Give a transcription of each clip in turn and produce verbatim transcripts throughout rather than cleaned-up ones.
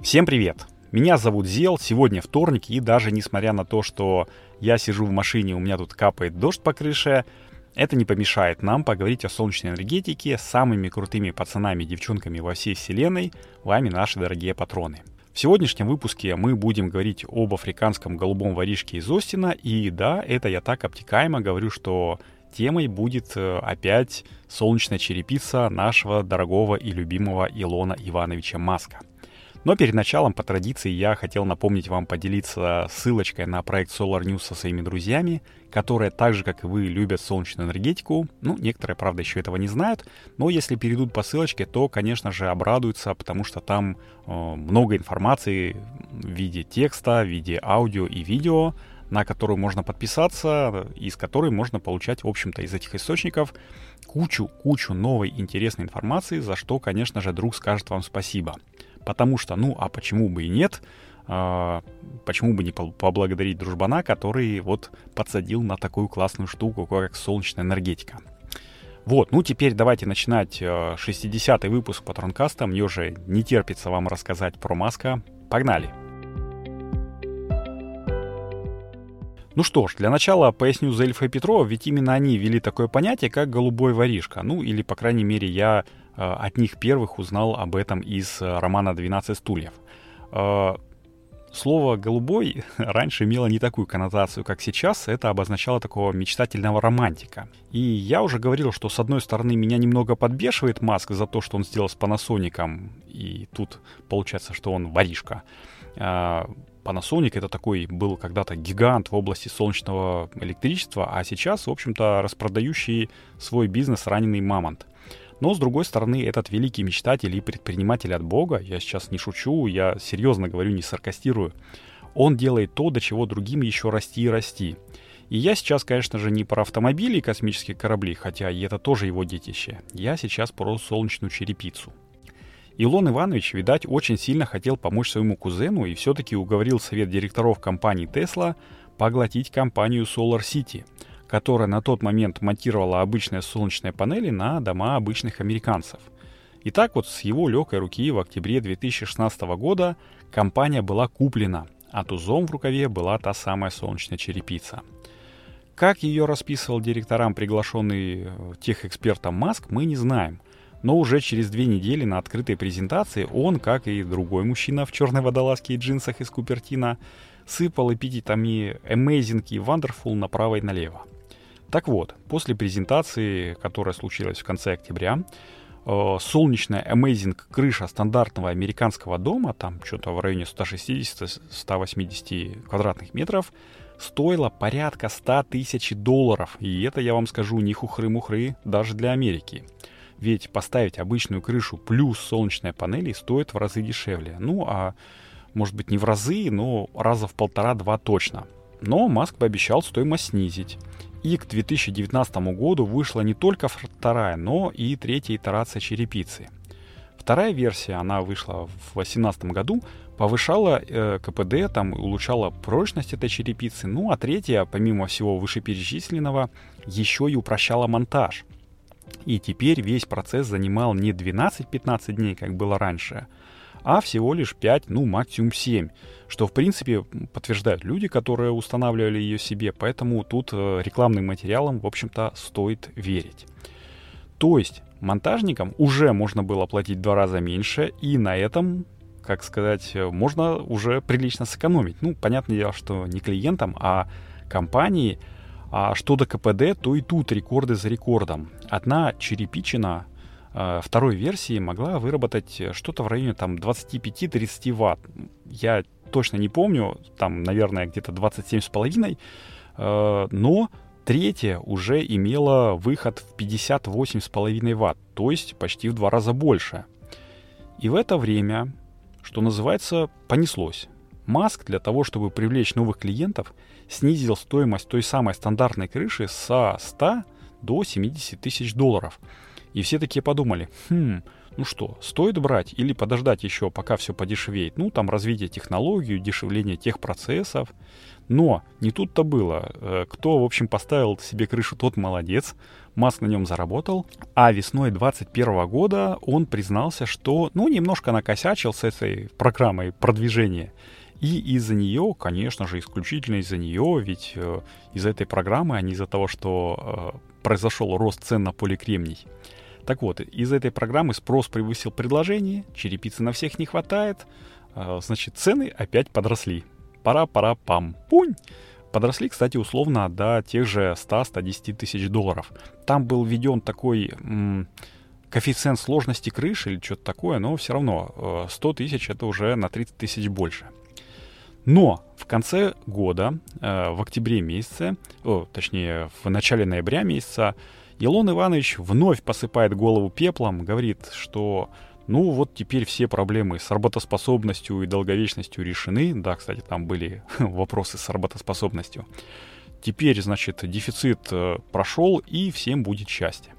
Всем привет! Меня зовут Зел, сегодня вторник, и даже несмотря на то, что я сижу в машине, у меня тут капает дождь по крыше, это не помешает нам поговорить о солнечной энергетике с самыми крутыми пацанами и девчонками во всей вселенной, вами наши дорогие патроны. В сегодняшнем выпуске мы будем говорить об африканском голубом воришке из Остина, и да, это я так обтекаемо говорю, что темой будет опять солнечная черепица нашего дорогого и любимого Илона Ивановича Маска. Но перед началом, по традиции, я хотел напомнить вам поделиться ссылочкой на проект Solar News со своими друзьями, которые так же, как и вы, любят солнечную энергетику. Ну, некоторые, правда, еще этого не знают, но если перейдут по ссылочке, то, конечно же, обрадуются, потому что там э, много информации в виде текста, в виде аудио и видео, на которую можно подписаться, и с которой можно получать, в общем-то, из этих источников кучу-кучу новой интересной информации, за что, конечно же, друг скажет вам спасибо. Потому что, ну, а почему бы и нет, а, почему бы не поблагодарить дружбана, который вот подсадил на такую классную штуку, как солнечная энергетика. Вот, ну теперь давайте начинать шестидесятый выпуск Патронкаста. Мне уже не терпится вам рассказать про Маска. Погнали! Ну что ж, для начала поясню за Ильфа и Петрова, ведь именно они ввели такое понятие, как голубой воришка. Ну, или, по крайней мере, я э, от них первых узнал об этом из э, романа «двенадцать стульев». Э, слово «голубой» раньше имело не такую коннотацию, как сейчас. Это обозначало такого мечтательного романтика. И я уже говорил, что, с одной стороны, меня немного подбешивает Маск за то, что он сделал с Panasonic, и тут получается, что он воришка. Э, Panasonic — это такой был когда-то гигант в области солнечного электричества, а сейчас, в общем-то, распродающий свой бизнес раненый мамонт. Но, с другой стороны, этот великий мечтатель и предприниматель от Бога, я сейчас не шучу, я серьезно говорю, не саркастирую, он делает то, до чего другим еще расти и расти. И я сейчас, конечно же, не про автомобили и космические корабли, хотя и это тоже его детище. Я сейчас про солнечную черепицу. Илон Иванович, видать, очень сильно хотел помочь своему кузену и все-таки уговорил совет директоров компании Tesla поглотить компанию SolarCity, которая на тот момент монтировала обычные солнечные панели на дома обычных американцев. И так вот с его легкой руки в октябре две тысячи шестнадцатого года компания была куплена, а тузом в рукаве была та самая солнечная черепица. Как ее расписывал директорам приглашенный техэкспертом Маск, мы не знаем. Но уже через две недели на открытой презентации он, как и другой мужчина в черной водолазке и джинсах из Купертино, сыпал эпитетами amazing и wonderful направо и налево. Так вот, после презентации, которая случилась в конце октября, э, солнечная amazing крыша стандартного американского дома, там что-то в районе сто шестьдесят - сто восемьдесят квадратных метров, стоила порядка сто тысяч долларов. И это, я вам скажу, не хухры-мухры даже для Америки. Ведь поставить обычную крышу плюс солнечные панели стоит в разы дешевле. Ну, а может быть не в разы, но раза в полтора-два точно. Но Маск пообещал стоимость снизить. И к две тысячи девятнадцатому году вышла не только вторая, но и третья итерация черепицы. Вторая версия, она вышла в две тысячи восемнадцатом году, повышала э, КПД, там, улучшала прочность этой черепицы. Ну, а третья, помимо всего вышеперечисленного, еще и упрощала монтаж. И теперь весь процесс занимал не двенадцать-пятнадцать дней, как было раньше, а всего лишь пять, ну максимум семь, что в принципе подтверждают люди, которые устанавливали ее себе, поэтому тут рекламным материалам, в общем-то, стоит верить. То есть монтажникам уже можно было платить в два раза меньше, и на этом, как сказать, можно уже прилично сэкономить. Ну, понятное дело, что не клиентам, а компании. А что до КПД, то и тут рекорды за рекордом. Одна черепичина э, второй версии могла выработать что-то в районе там, двадцать пять-тридцать ватт. Я точно не помню, там, наверное, где-то двадцать семь с половиной, э, но третья уже имела выход в пятьдесят восемь с половиной ватт, то есть почти в два раза больше. И в это время, что называется, понеслось. Маск для того, чтобы привлечь новых клиентов, снизил стоимость той самой стандартной крыши со ста до семидесяти тысяч долларов. И все такие подумали, хм, Ну что, стоит брать или подождать еще, пока все подешевеет? Ну, там развитие технологий, удешевление техпроцессов. Но не тут-то было. Кто, в общем, поставил себе крышу, тот молодец. Маск на нем заработал. А весной двадцать первого года он признался, что, ну, немножко накосячил с этой программой продвижения. И из-за нее, конечно же, исключительно из-за нее, ведь э, из-за этой программы, а не из-за того, что э, произошел рост цен на поликремний. Так вот, из-за этой программы спрос превысил предложение, черепицы на всех не хватает, э, значит, цены опять подросли. Пара-пара-пам. Пунь! Подросли, кстати, условно до тех же ста — ста десяти тысяч долларов. Там был введен такой м- коэффициент сложности крыши или что-то такое, но все равно э, сто тысяч это уже на тридцать тысяч больше. Но в конце года, э, в октябре месяце, о, точнее в начале ноября месяца, Илон Иванович вновь посыпает голову пеплом, говорит, что ну вот теперь все проблемы с работоспособностью и долговечностью решены. Да, кстати, там были вопросы с работоспособностью. Теперь, значит, дефицит э, прошел, и всем будет счастье.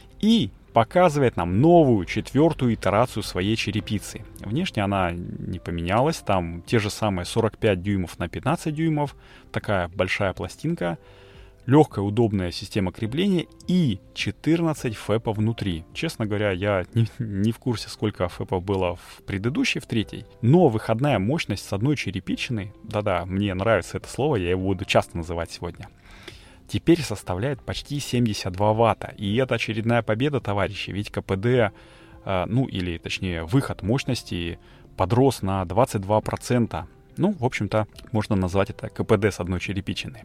И показывает нам новую, четвертую итерацию своей черепицы. Внешне она не поменялась, там те же самые сорок пять дюймов на пятнадцать дюймов, такая большая пластинка, легкая, удобная система крепления и четырнадцать фэпов внутри. Честно говоря, я не, не в курсе, сколько фэпов было в предыдущей, в третьей, но выходная мощность с одной черепичины, да-да, мне нравится это слово, я его буду часто называть сегодня, теперь составляет почти семьдесят два ватта. И это очередная победа, товарищи, ведь КПД, э, ну или точнее выход мощности подрос на двадцать два процента. Ну, в общем-то, можно назвать это КПД с одной черепичины.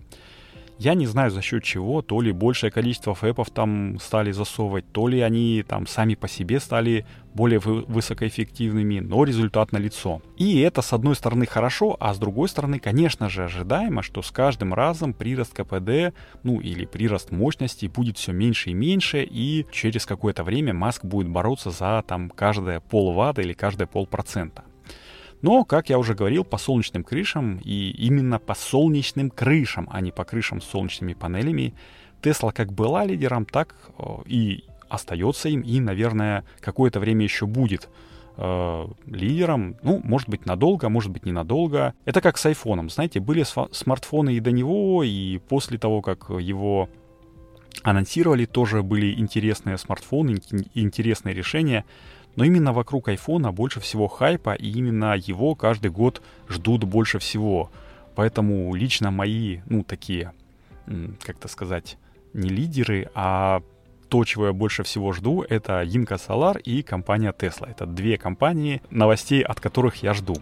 Я не знаю за счет чего, то ли большее количество фэпов там стали засовывать, то ли они там сами по себе стали более вы- высокоэффективными, но результат налицо. И это с одной стороны хорошо, а с другой стороны, конечно же, ожидаемо, что с каждым разом прирост КПД, ну или прирост мощности будет все меньше и меньше, и через какое-то время Маск будет бороться за там каждое полватта или каждое полпроцента. Но, как я уже говорил, по солнечным крышам, и именно по солнечным крышам, а не по крышам с солнечными панелями, Tesla как была лидером, так и остается им, и, наверное, какое-то время еще будет э, лидером. Ну, может быть, надолго, может быть, ненадолго. Это как с айфоном. Знаете, были сфа- смартфоны и до него, и после того, как его анонсировали, тоже были интересные смартфоны, интересные решения. Но именно вокруг айфона больше всего хайпа, и именно его каждый год ждут больше всего. Поэтому лично мои, ну, такие, как-то сказать, не лидеры, а то, чего я больше всего жду, это Inca Solar и компания Tesla. Это две компании, новостей от которых я жду.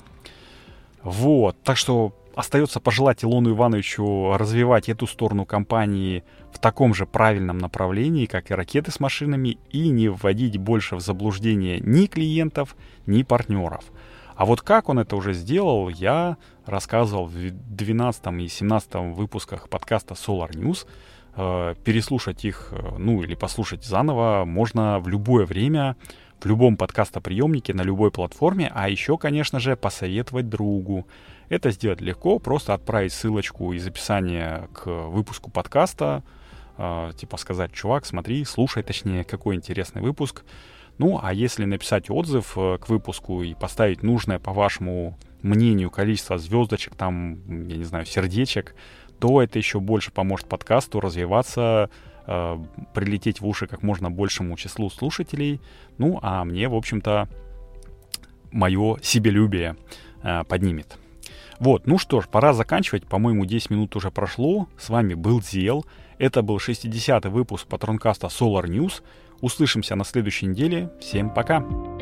Вот, так что остается пожелать Илону Ивановичу развивать эту сторону компании в таком же правильном направлении, как и ракеты с машинами, и не вводить больше в заблуждение ни клиентов, ни партнеров. А вот как он это уже сделал, я рассказывал в двенадцатом и семнадцатом выпусках подкаста Solar News. Переслушать их, ну или послушать заново можно в любое время, в любом подкастоприемнике, на любой платформе, а еще, конечно же, посоветовать другу. Это сделать легко, просто отправить ссылочку из описания к выпуску подкаста, э, типа сказать: чувак, смотри, слушай, точнее, какой интересный выпуск. Ну, а если написать отзыв э, к выпуску и поставить нужное, по вашему мнению, количество звездочек, там, я не знаю, сердечек, то это еще больше поможет подкасту развиваться, э, прилететь в уши как можно большему числу слушателей. Ну, а мне, в общем-то, мое себелюбие э, поднимет. Вот, ну что ж, пора заканчивать. По-моему, десять минут уже прошло. С вами был Зел. Это был шестидесятый выпуск патронкаста Solar News. Услышимся на следующей неделе. Всем пока!